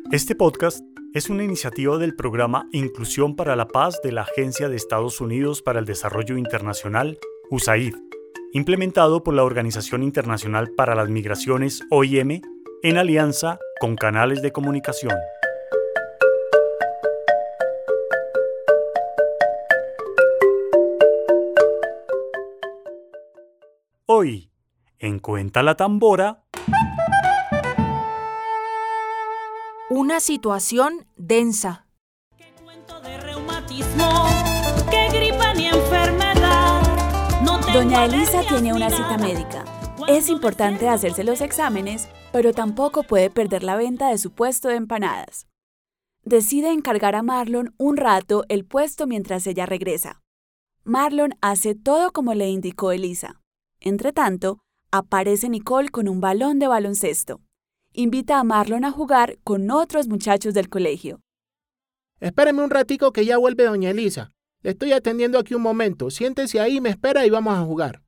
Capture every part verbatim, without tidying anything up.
Este podcast es una iniciativa del programa Inclusión para la Paz de la Agencia de Estados Unidos para el Desarrollo Internacional, U S A I D, implementado por la Organización Internacional para las Migraciones, O I M, en alianza con canales de comunicación. Hoy, en Cuenta la Tambora, una situación densa. ¿Qué cuento de reumatismo? ¿Qué gripa ni enfermedad? No tengo Doña Elisa alergias tiene ni una nada. cita médica. Es importante hacerse los exámenes, pero tampoco puede perder la venta de su puesto de empanadas. Decide encargar a Marlon un rato el puesto mientras ella regresa. Marlon hace todo como le indicó Elisa. Entretanto, aparece Nicole con un balón de baloncesto. Invita a Marlon a jugar con otros muchachos del colegio. Espéreme un ratico que ya vuelve doña Elisa. Le estoy atendiendo aquí un momento. Siéntese ahí, me espera y vamos a jugar.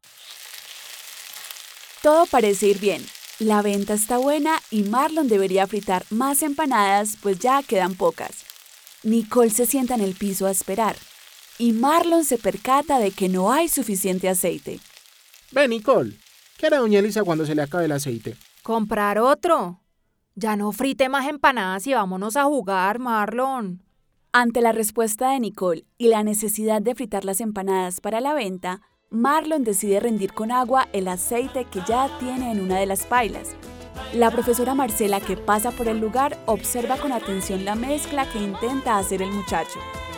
Todo parece ir bien. La venta está buena y Marlon debería fritar más empanadas, pues ya quedan pocas. Nicole se sienta en el piso a esperar. Y Marlon se percata de que no hay suficiente aceite. Ve, Nicole. ¿Qué hará doña Elisa cuando se le acabe el aceite? Comprar otro. Ya no frite más empanadas y vámonos a jugar, Marlon. Ante la respuesta de Nicole y la necesidad de fritar las empanadas para la venta, Marlon decide rendir con agua el aceite que ya tiene en una de las pailas. La profesora Marcela, que pasa por el lugar, observa con atención la mezcla que intenta hacer el muchacho.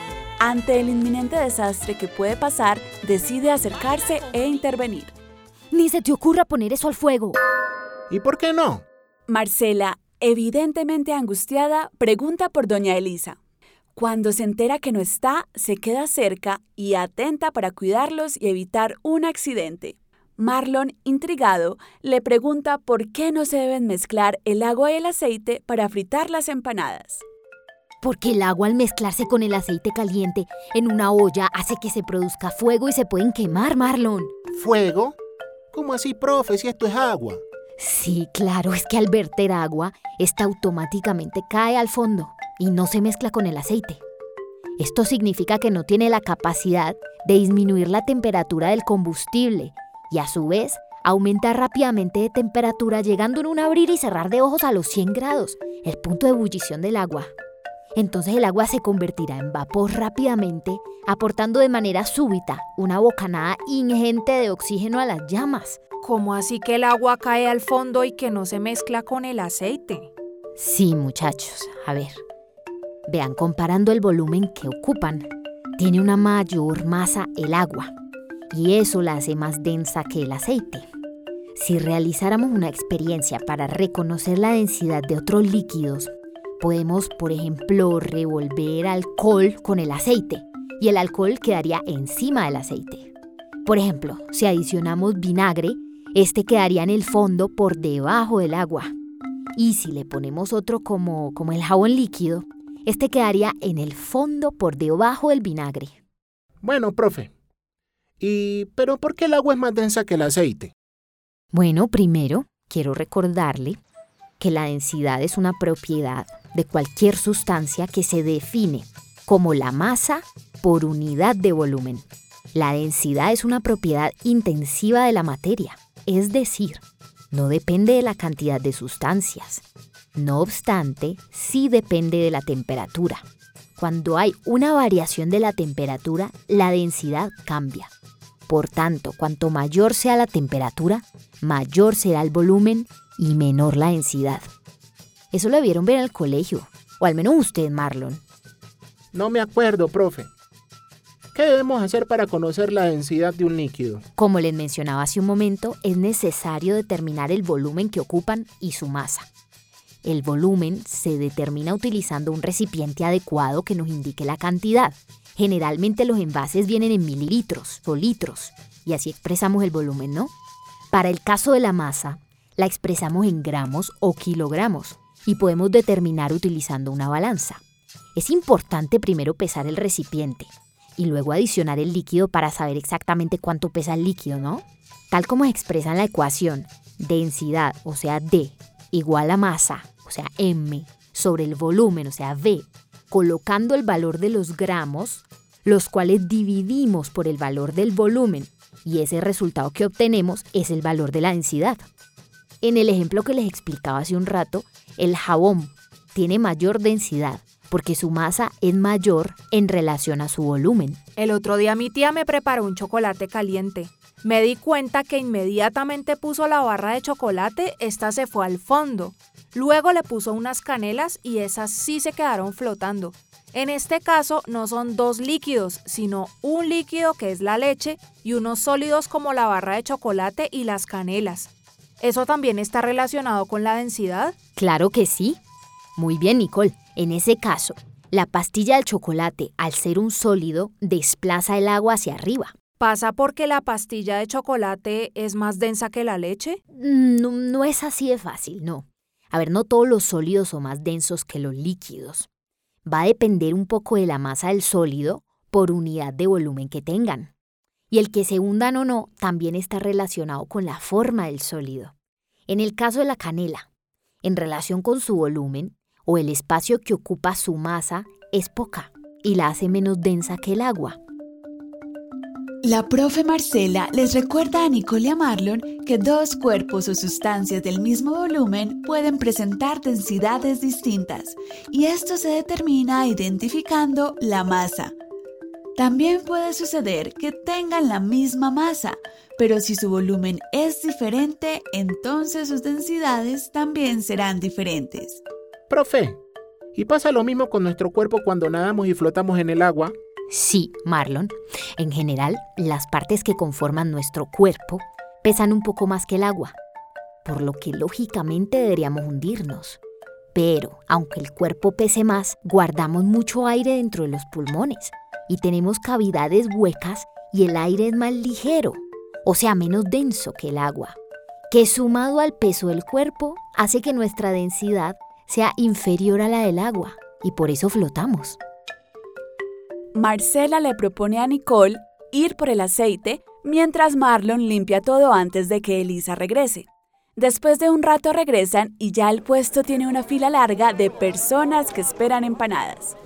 Ante el inminente desastre que puede pasar, decide acercarse e intervenir. Ni se te ocurra poner eso al fuego. ¿Y por qué no? Marcela, evidentemente angustiada, pregunta por doña Elisa. Cuando se entera que no está, se queda cerca y atenta para cuidarlos y evitar un accidente. Marlon, intrigado, le pregunta por qué no se deben mezclar el agua y el aceite para fritar las empanadas. Porque el agua al mezclarse con el aceite caliente en una olla hace que se produzca fuego y se pueden quemar, Marlon. ¿Fuego? ¿Cómo así, profe, si esto es agua? Sí, claro, es que al verter agua, esta automáticamente cae al fondo y no se mezcla con el aceite. Esto significa que no tiene la capacidad de disminuir la temperatura del combustible y a su vez aumenta rápidamente de temperatura llegando en un abrir y cerrar de ojos a los cien grados, el punto de ebullición del agua. Entonces el agua se convertirá en vapor rápidamente, aportando de manera súbita una bocanada ingente de oxígeno a las llamas. ¿Cómo así que el agua cae al fondo y que no se mezcla con el aceite? Sí, muchachos, a ver. Vean, comparando el volumen que ocupan, tiene una mayor masa el agua y eso la hace más densa que el aceite. Si realizáramos una experiencia para reconocer la densidad de otros líquidos, podemos, por ejemplo, revolver alcohol con el aceite y el alcohol quedaría encima del aceite. Por ejemplo, si adicionamos vinagre, este quedaría en el fondo por debajo del agua. Y si le ponemos otro como, como el jabón líquido, este quedaría en el fondo por debajo del vinagre. Bueno, profe. ¿Y pero por qué el agua es más densa que el aceite? Bueno, primero, quiero recordarle que la densidad es una propiedad de cualquier sustancia que se define como la masa por unidad de volumen. La densidad es una propiedad intensiva de la materia, es decir, no depende de la cantidad de sustancias. No obstante, sí depende de la temperatura. Cuando hay una variación de la temperatura, la densidad cambia. Por tanto, cuanto mayor sea la temperatura, mayor será el volumen y menor la densidad. Eso lo debieron ver en el colegio, o al menos usted, Marlon. No me acuerdo, profe. ¿Qué debemos hacer para conocer la densidad de un líquido? Como les mencionaba hace un momento, es necesario determinar el volumen que ocupan y su masa. El volumen se determina utilizando un recipiente adecuado que nos indique la cantidad. Generalmente los envases vienen en mililitros o litros, y así expresamos el volumen, ¿no? Para el caso de la masa, la expresamos en gramos o kilogramos, y podemos determinar utilizando una balanza. Es importante primero pesar el recipiente, y luego adicionar el líquido para saber exactamente cuánto pesa el líquido, ¿no? Tal como se expresa en la ecuación, densidad, o sea, D, igual a masa, o sea, M, sobre el volumen, o sea, V, colocando el valor de los gramos, los cuales dividimos por el valor del volumen, y ese resultado que obtenemos es el valor de la densidad. En el ejemplo que les explicaba hace un rato, el jabón tiene mayor densidad porque su masa es mayor en relación a su volumen. El otro día mi tía me preparó un chocolate caliente. Me di cuenta que inmediatamente puso la barra de chocolate, esta se fue al fondo. Luego le puso unas canelas y esas sí se quedaron flotando. En este caso no son dos líquidos, sino un líquido que es la leche y unos sólidos como la barra de chocolate y las canelas. ¿Eso también está relacionado con la densidad? Claro que sí. Muy bien, Nicole. En ese caso, la pastilla del chocolate, al ser un sólido, desplaza el agua hacia arriba. ¿Pasa porque la pastilla de chocolate es más densa que la leche? No, no es así de fácil, no. A ver, no todos los sólidos son más densos que los líquidos. Va a depender un poco de la masa del sólido por unidad de volumen que tengan. Y el que se hundan o no también está relacionado con la forma del sólido. En el caso de la canela, en relación con su volumen o el espacio que ocupa su masa, es poca y la hace menos densa que el agua. La profe Marcela les recuerda a Nicole y a Marlon que dos cuerpos o sustancias del mismo volumen pueden presentar densidades distintas y esto se determina identificando la masa. También puede suceder que tengan la misma masa, pero si su volumen es diferente, entonces sus densidades también serán diferentes. Profe, ¿y pasa lo mismo con nuestro cuerpo cuando nadamos y flotamos en el agua? Sí, Marlon. En general, las partes que conforman nuestro cuerpo pesan un poco más que el agua, por lo que lógicamente deberíamos hundirnos. Pero, aunque el cuerpo pese más, guardamos mucho aire dentro de los pulmones y tenemos cavidades huecas y el aire es más ligero, o sea, menos denso que el agua, que sumado al peso del cuerpo hace que nuestra densidad sea inferior a la del agua y por eso flotamos. Marcela le propone a Nicole ir por el aceite mientras Marlon limpia todo antes de que Elisa regrese. Después de un rato regresan y ya el puesto tiene una fila larga de personas que esperan empanadas.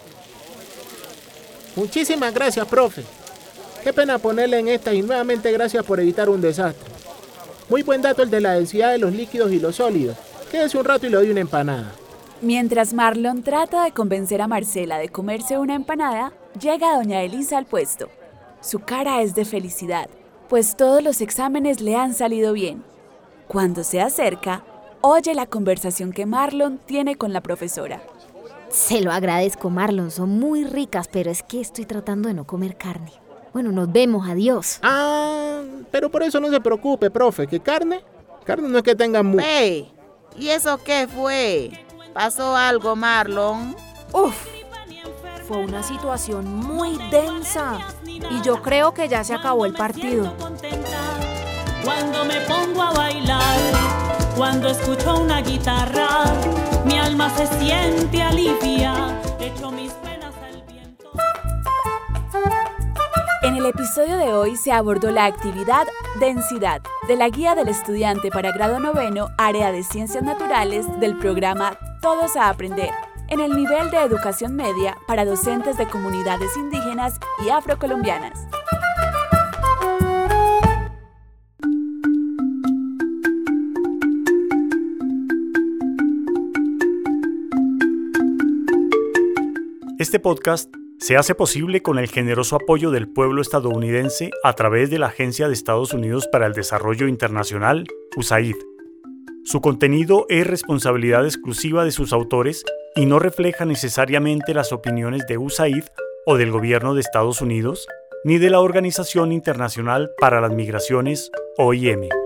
Muchísimas gracias, profe. Qué pena ponerle en esta y nuevamente gracias por evitar un desastre. Muy buen dato el de la densidad de los líquidos y los sólidos. Quédese un rato y le doy una empanada. Mientras Marlon trata de convencer a Marcela de comerse una empanada, llega doña Elisa al puesto. Su cara es de felicidad, pues todos los exámenes le han salido bien. Cuando se acerca, oye la conversación que Marlon tiene con la profesora. Se lo agradezco, Marlon, son muy ricas, pero es que estoy tratando de no comer carne. Bueno, nos vemos, adiós. Ah, pero por eso no se preocupe, profe, que carne, carne no es que tenga mucho. Hey, ¿y eso qué fue? ¿Pasó algo, Marlon? Uf, fue una situación muy densa y yo creo que ya se acabó el partido. Cuando me pongo a bailar, cuando escucho una guitarra, mi alma se siente alivia, echo mis penas al viento. En el episodio de hoy se abordó la actividad Densidad de la Guía del Estudiante para Grado Noveno, Área de Ciencias Naturales del programa Todos a Aprender, en el nivel de Educación Media para docentes de comunidades indígenas y afrocolombianas. Este podcast se hace posible con el generoso apoyo del pueblo estadounidense a través de la Agencia de Estados Unidos para el Desarrollo Internacional, U S A I D. Su contenido es responsabilidad exclusiva de sus autores y no refleja necesariamente las opiniones de U S A I D o del Gobierno de Estados Unidos, ni de la Organización Internacional para las Migraciones, O I M.